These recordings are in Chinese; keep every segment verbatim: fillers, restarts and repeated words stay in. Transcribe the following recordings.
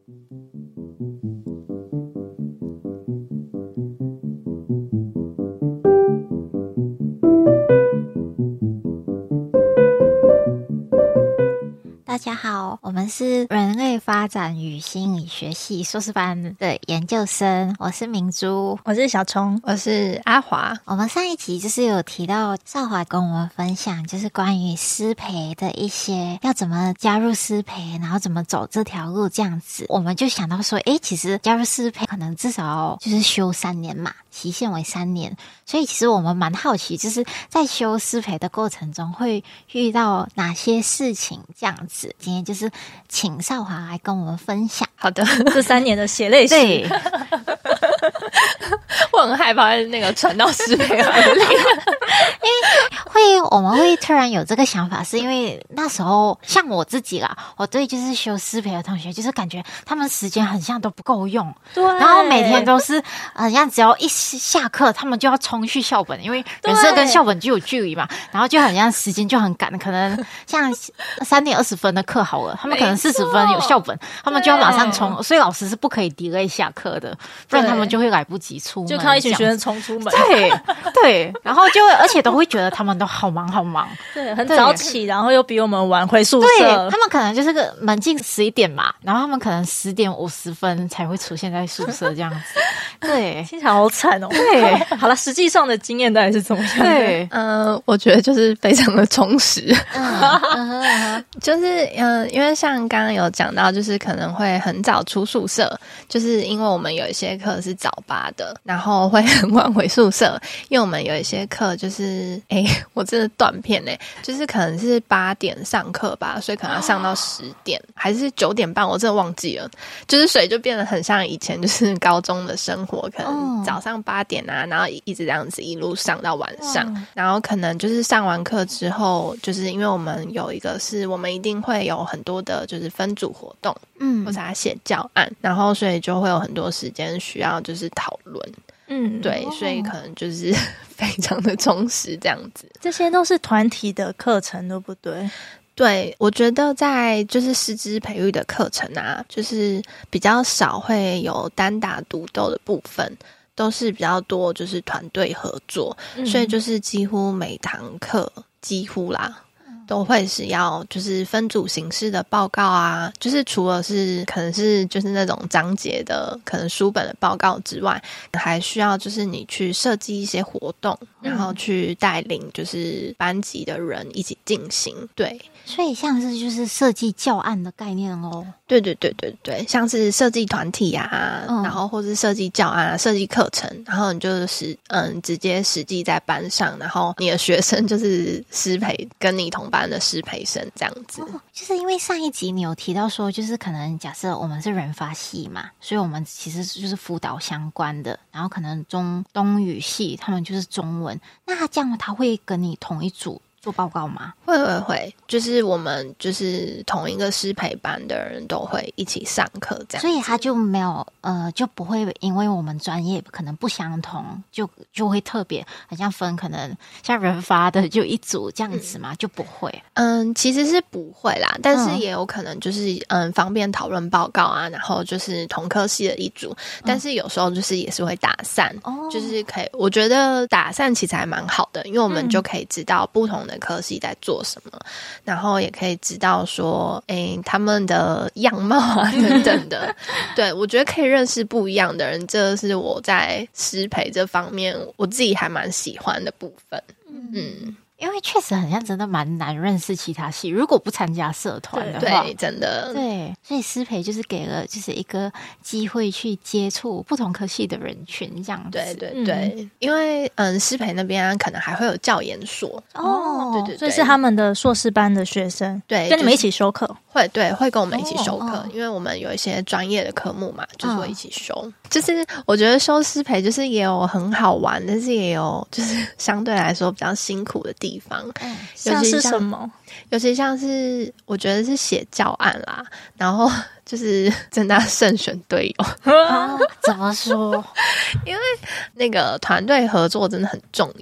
大家好，我们是人类发展与心理学系硕士班的研究生，我是明珠， 我是小虫， 我是阿华。 我们上一集就是有提到少华跟我们分享，就是关于师培的一些要怎么加入师培，然后怎么走这条路这样子。我们就想到说，诶，其实加入师培可能至少就是修三年嘛，期限为三年，所以其实我们蛮好奇，就是在修师培的过程中会遇到哪些事情这样子。今天就是请少华来跟我们分享。 好的， 这三年的血泪史。 对， 我很害怕那个传到师培耳里，因为会我们会突然有这个想法，是因为那时候像我自己啦，我对就是修师培的同学，就是感觉他们时间很像都不够用， 对， 然后每天都是很像只要一下课，他们就要冲去校本，因为人社跟校本就有距离嘛，然后就很像时间就很赶，可能像三点二十分的课好了，他们可能四十分有校本，他们就要马上冲，所以老师是不可以 delay 下课的，不然他们就会来不及出门， 就看到一群学生冲出门， 对对，然后就而且都会觉得他们都好忙好忙， 对，很早起，然后又比我们晚回宿舍， 对，他们可能就是个门禁十一点嘛，然后他们可能十点五十分才会出现在宿舍这样子，对， 听起来好惨哦。 对， 好了，实际上的经验大概是怎么样？ 对， 呃，我觉得就是非常的充实， 嗯嗯嗯、 就是嗯、呃，因为像刚刚有讲到，就是可能会很早出宿舍，就是因为我们有一些课是早八的，然后会很晚回宿舍，因为我们有一些课就是哎，我真的断片哎，就是可能是八点上课吧，所以可能要上到十点、哦、还是九点半，我真的忘记了，就是所以就变得很像以前就是高中的生活，可能早上八点啊，然后一直这样子一路上到晚上、哦、然后可能就是上完课之后，就是因为我们有一个是我们一定会有很多的就是分组活动，嗯，或者他写教案，然后所以就会有很多时间需要就是讨论，嗯，对，所以可能就是非常的充实这样子。 这些都是团体的课程，对不对？ 对，我觉得在就是师资培育的课程啊，就是比较少会有单打独斗的部分，都是比较多就是团队合作、嗯、所以就是几乎每堂课几乎啦都会是要就是分组形式的报告啊，就是除了是可能是就是那种章节的可能书本的报告之外，还需要就是你去设计一些活动，然后去带领就是班级的人一起进行。对， 所以像是就是设计教案的概念哦。 对对对对对，像是设计团体啊、嗯、然后或是设计教案啊，设计课程，然后你就是嗯直接实际在班上，然后你的学生就是师培跟你同班的师培生这样子、哦、 就是因为上一集你有提到说，就是可能假设我们是人发系嘛，所以我们其实就是辅导相关的，然后可能中东语系他们就是中文，那他这样他会跟你同一组做报告吗？ 会会会，就是我们就是同一个师培班的人都会一起上课这样， 所以他就没有呃就不会因为我们专业可能不相同，就就会特别好像分可能像人发的就一组这样子嘛、嗯、就不会。 嗯，其实是不会啦，但是也有可能就是嗯方便讨论报告啊，然后就是同科系的一组，但是有时候就是也是会打散、嗯、就是可以，我觉得打散其实还蛮好的，因为我们就可以知道不同的科系在做什么，然后也可以知道说诶他们的样貌啊等等的对，我觉得可以认识不一样的人，这是我在师培这方面我自己还蛮喜欢的部分。嗯, 嗯因为确实很像真的蛮难认识其他系，如果不参加社团的话， 对，真的对，所以师培就是给了就是一个机会去接触不同科系的人群这样子。 对对对、嗯、因为嗯师培那边、啊、可能还会有教研所哦，对对对，所以是他们的硕士班的学生，对，跟你们一起修课、就是、 会对会跟我们一起修课、哦、因为我们有一些专业的科目嘛，就是会一起修、哦、就是我觉得修师培就是也有很好玩，但是也有就是相对来说比较辛苦的地方。 嗯，像是什么？ 尤其像是我觉得是写教案啦，然后就是真的慎选队友、 啊、怎么说？ 因为那个团队合作真的很重要，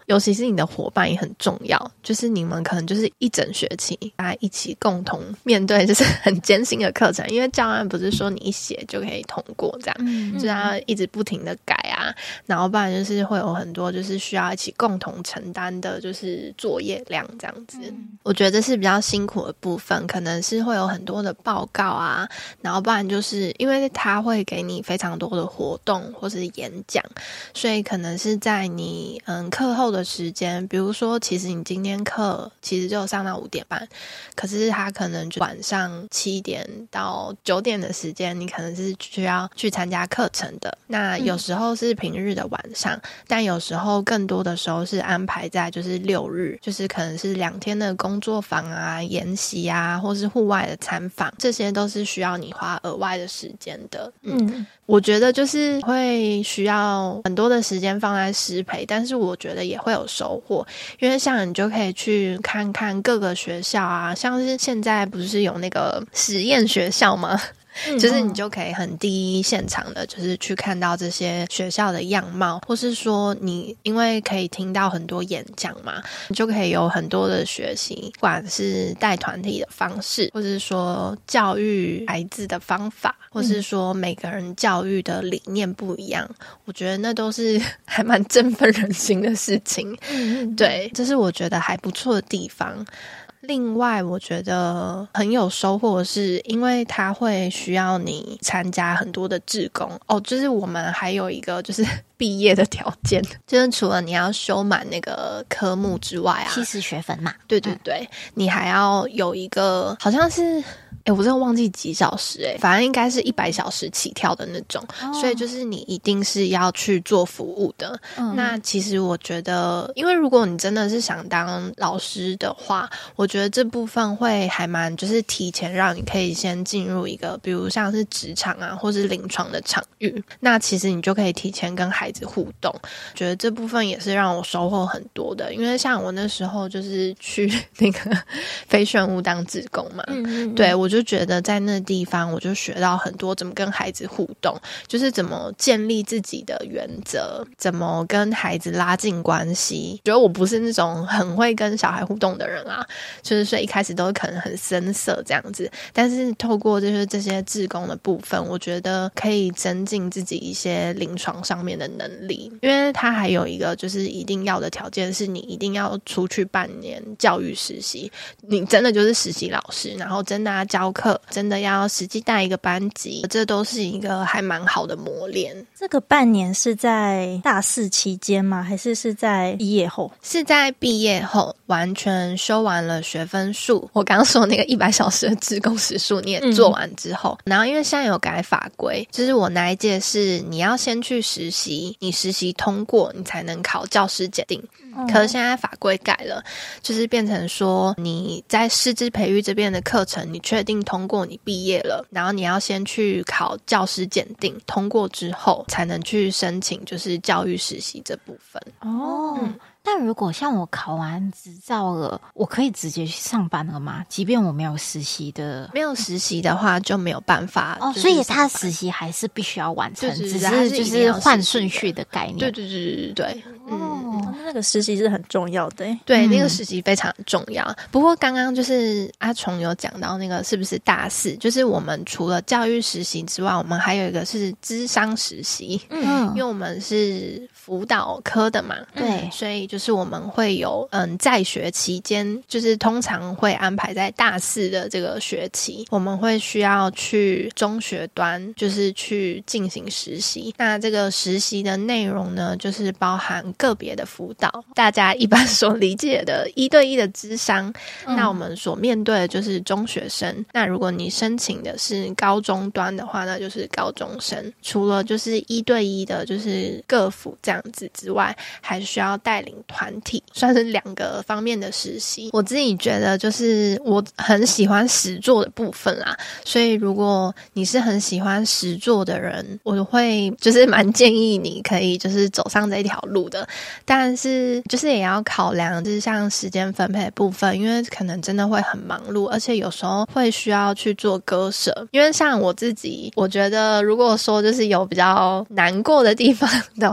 尤其是你的伙伴也很重要，就是你们可能就是一整学期大家一起共同面对就是很艰辛的课程，因为教案不是说你一写就可以通过这样，嗯，就是要一直不停的改啊，然后不然就是会有很多就是需要一起共同承担的就是作业量这样子，嗯，我觉得这是比较辛苦的部分，可能是会有很多的报告啊，然后不然就是因为他会给你非常多的活动或是演讲，所以可能是在你嗯课后的时间，比如说其实你今天课其实就上到五点半，可是他可能就晚上七点到九点的时间你可能是需要去参加课程的，那有时候是平日的晚上，嗯，但有时候更多的时候是安排在就是六日，就是可能是两天的工作坊啊、研习啊，或是户外的参访，这些都是需要你花额外的时间的。嗯，我觉得就是会需要很多的时间放在师培，但是我觉得也会有收获，因为像你就可以去看看各个学校啊，像是现在不是有那个实验学校吗？就是你就可以很第一现场的就是去看到这些学校的样貌，或是说你因为可以听到很多演讲嘛，你就可以有很多的学习，不管是带团体的方式，或是说教育孩子的方法，或是说每个人教育的理念不一样，我觉得那都是还蛮振奋人心的事情。对，这是我觉得还不错的地方。另外我觉得很有收获的是因为它会需要你参加很多的志工哦，就是我们还有一个就是毕业的条件，就是除了你要修满那个科目之外啊， 七十学分嘛， 对对对，嗯，你还要有一个好像是诶我真的忘记几小时诶，反正应该是一百小时起跳的那种，哦，所以就是你一定是要去做服务的，嗯，那其实我觉得因为如果你真的是想当老师的话，我觉得这部分会还蛮就是提前让你可以先进入一个比如像是职场啊或是临床的场域，那其实你就可以提前跟孩子互动，觉得这部分也是让我收获很多的，因为像我那时候就是去那个非选务当志工嘛，嗯嗯嗯，对，我就觉得在那地方我就学到很多怎么跟孩子互动，就是怎么建立自己的原则，怎么跟孩子拉近关系，觉得我不是那种很会跟小孩互动的人啊，就是所以一开始都可能很生涩这样子，但是透过就是这些志工的部分，我觉得可以增进自己一些临床上面的能力，因为它还有一个就是一定要的条件是你一定要出去半年教育实习，你真的就是实习老师，然后真的要教课，真的要实际带一个班级，这都是一个还蛮好的磨练。 这个半年是在大四期间吗？还是是在毕业后？ 是在毕业后完全修完了学分数，我刚刚说那个一百小时的志工时数你也做完之后，嗯，然后因为现在有改法规，就是我那一届是你要先去实习，你实习通过你才能考教师检定，嗯，可是现在法规改了，就是变成说你在师资培育这边的课程你确定通过，你毕业了，然后你要先去考教师检定，通过之后才能去申请就是教育实习这部分。 哦，嗯，但如果像我考完执照了，我可以直接去上班了吗？即便我没有实习的， 没有实习的话就没有办法哦，所以他实习还是必须要完成，只是就是换顺序的概念。 对对对对对， 哦，嗯，那个实习是很重要的， 对，那个实习非常重要。嗯，不过刚刚就是阿崇有讲到那个是不是大四，就是我们除了教育实习之外，我们还有一个是諮商实习，嗯，因为我们是辅导科的嘛， 对， 所以就是我们会有嗯在学期间，就是通常会安排在大四的这个学期，我们会需要去中学端，就是去进行实习。那这个实习的内容呢，就是包含个别的辅导，大家一般所理解的一对一的諮商，嗯，那我们所面对的就是中学生，那如果你申请的是高中端的话，那就是高中生。除了就是一对一的就是个辅这样子之外，还需要带领团体，算是两个方面的实习。我自己觉得就是我很喜欢实作的部分啦，所以如果你是很喜欢实作的人，我会就是蛮建议你可以就是走上这一条路的，但是就是也要考量就是像时间分配的部分，因为可能真的会很忙碌，而且有时候会需要去做割舍。因为像我自己，我觉得如果说就是有比较难过的地方的话，嗯，就是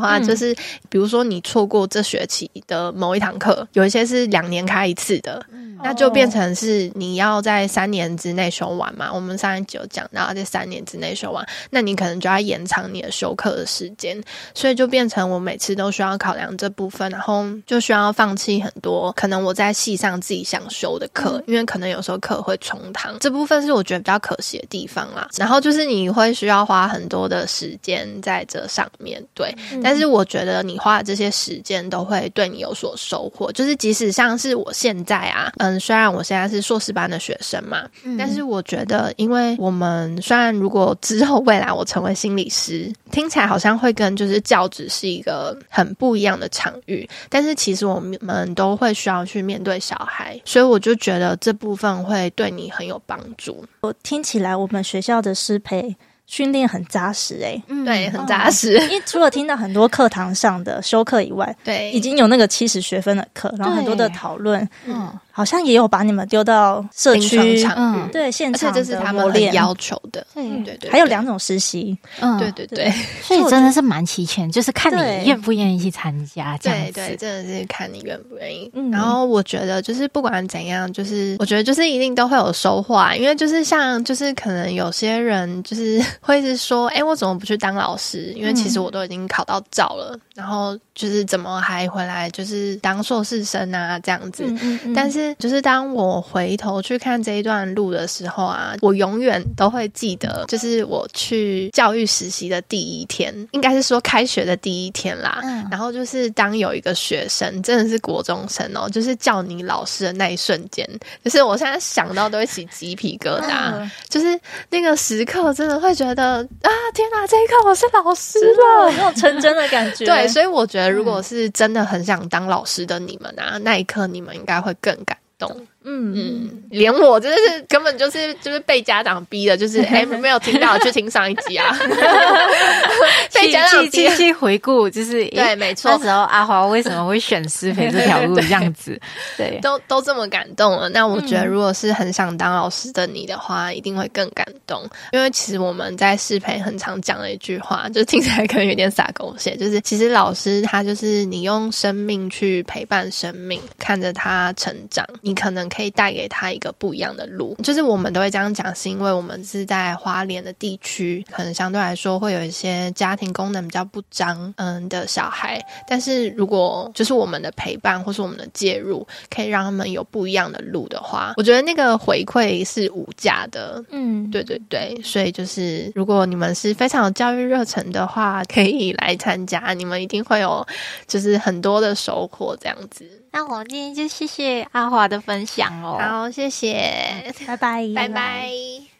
是比如说你错过这学期的某一堂课，有一些是两年开一次的，嗯，那就变成是你要在三年之内修完嘛，我们上一集有讲到在三年之内修完，那你可能就要延长你的修课的时间，所以就变成我每次都需要考量这部分，然后就需要放弃很多可能我在系上自己想修的课，嗯，因为可能有时候课会重堂，这部分是我觉得比较可惜的地方啦。然后就是你会需要花很多的时间在这上面，对，嗯，但是我觉得你花的这些时间都会对你有所收获，就是即使像是我现在啊，嗯，虽然我现在是硕士班的学生嘛，嗯，但是我觉得因为我们虽然如果之后未来我成为心理师，听起来好像会跟就是教职是一个很不一样的场域，但是其实我们都会需要去面对小孩，所以我就觉得这部分会对你很有帮助。 我听起来我们学校的师培训练很扎实诶、欸嗯、对，很扎实、 哦、因为除了听到很多课堂上的修课以外， 对， 已经有那个七十学分的课，然后很多的讨论，嗯，好像也有把你们丢到社区场域， 对，现场的磨练， 而且这是他们很要求的， 对对 对, 对， 还有两种实习， 嗯，对对对， 所以真的是蛮齐全，就是看你愿不愿意去参加，这样子， 对对，真的是看你愿不愿意、嗯。然后我觉得就是不管怎样，就是我觉得就是一定都会有收获啊，因为就是像就是可能有些人就是会是说，哎，我怎么不去当老师？因为其实我都已经考到照了，嗯、然后就是怎么还回来就是当硕士生啊这样子，嗯嗯嗯，但是就是当我回头去看这一段路的时候啊，我永远都会记得，就是我去教育实习的第一天，应该是说开学的第一天啦。嗯、然后就是当有一个学生，真的是国中生哦，就是叫你老师的那一瞬间，就是我现在想到都会起鸡皮疙瘩，嗯、就是那个时刻真的会觉得啊，天哪，这一刻我是老师了， 那种成真的感觉。 对，所以我觉得如果是真的很想当老师的你们啊，嗯、那一刻你们应该会更感动。嗯嗯，连我真的是根本就是就是被家长逼的，就是哎、欸、没有听到去听上一集啊，被家长逼去回顾，就是对，没错， 那时候阿华为什么会选师培这条路这样子，对， 都都这么感动了。那我觉得如果是很想当老师的你的话，一定会更感动，因为其实我们在师培很常讲的一句话，就是听起来可能有点洒狗血，就是其实老师他就是你用生命去陪伴生命，看着他成长，你可能可以带给他一个不一样的路。就是我们都会这样讲，是因为我们是在花莲的地区，可能相对来说会有一些家庭功能比较不彰嗯的小孩，但是如果就是我们的陪伴或是我们的介入可以让他们有不一样的路的话，我觉得那个回馈是无价的。嗯，对对对，所以就是如果你们是非常有教育热忱的话，可以来参加，你们一定会有就是很多的收获这样子。 那我们今天就谢谢阿华的分享哦。 好，谢谢， 拜拜， 拜拜。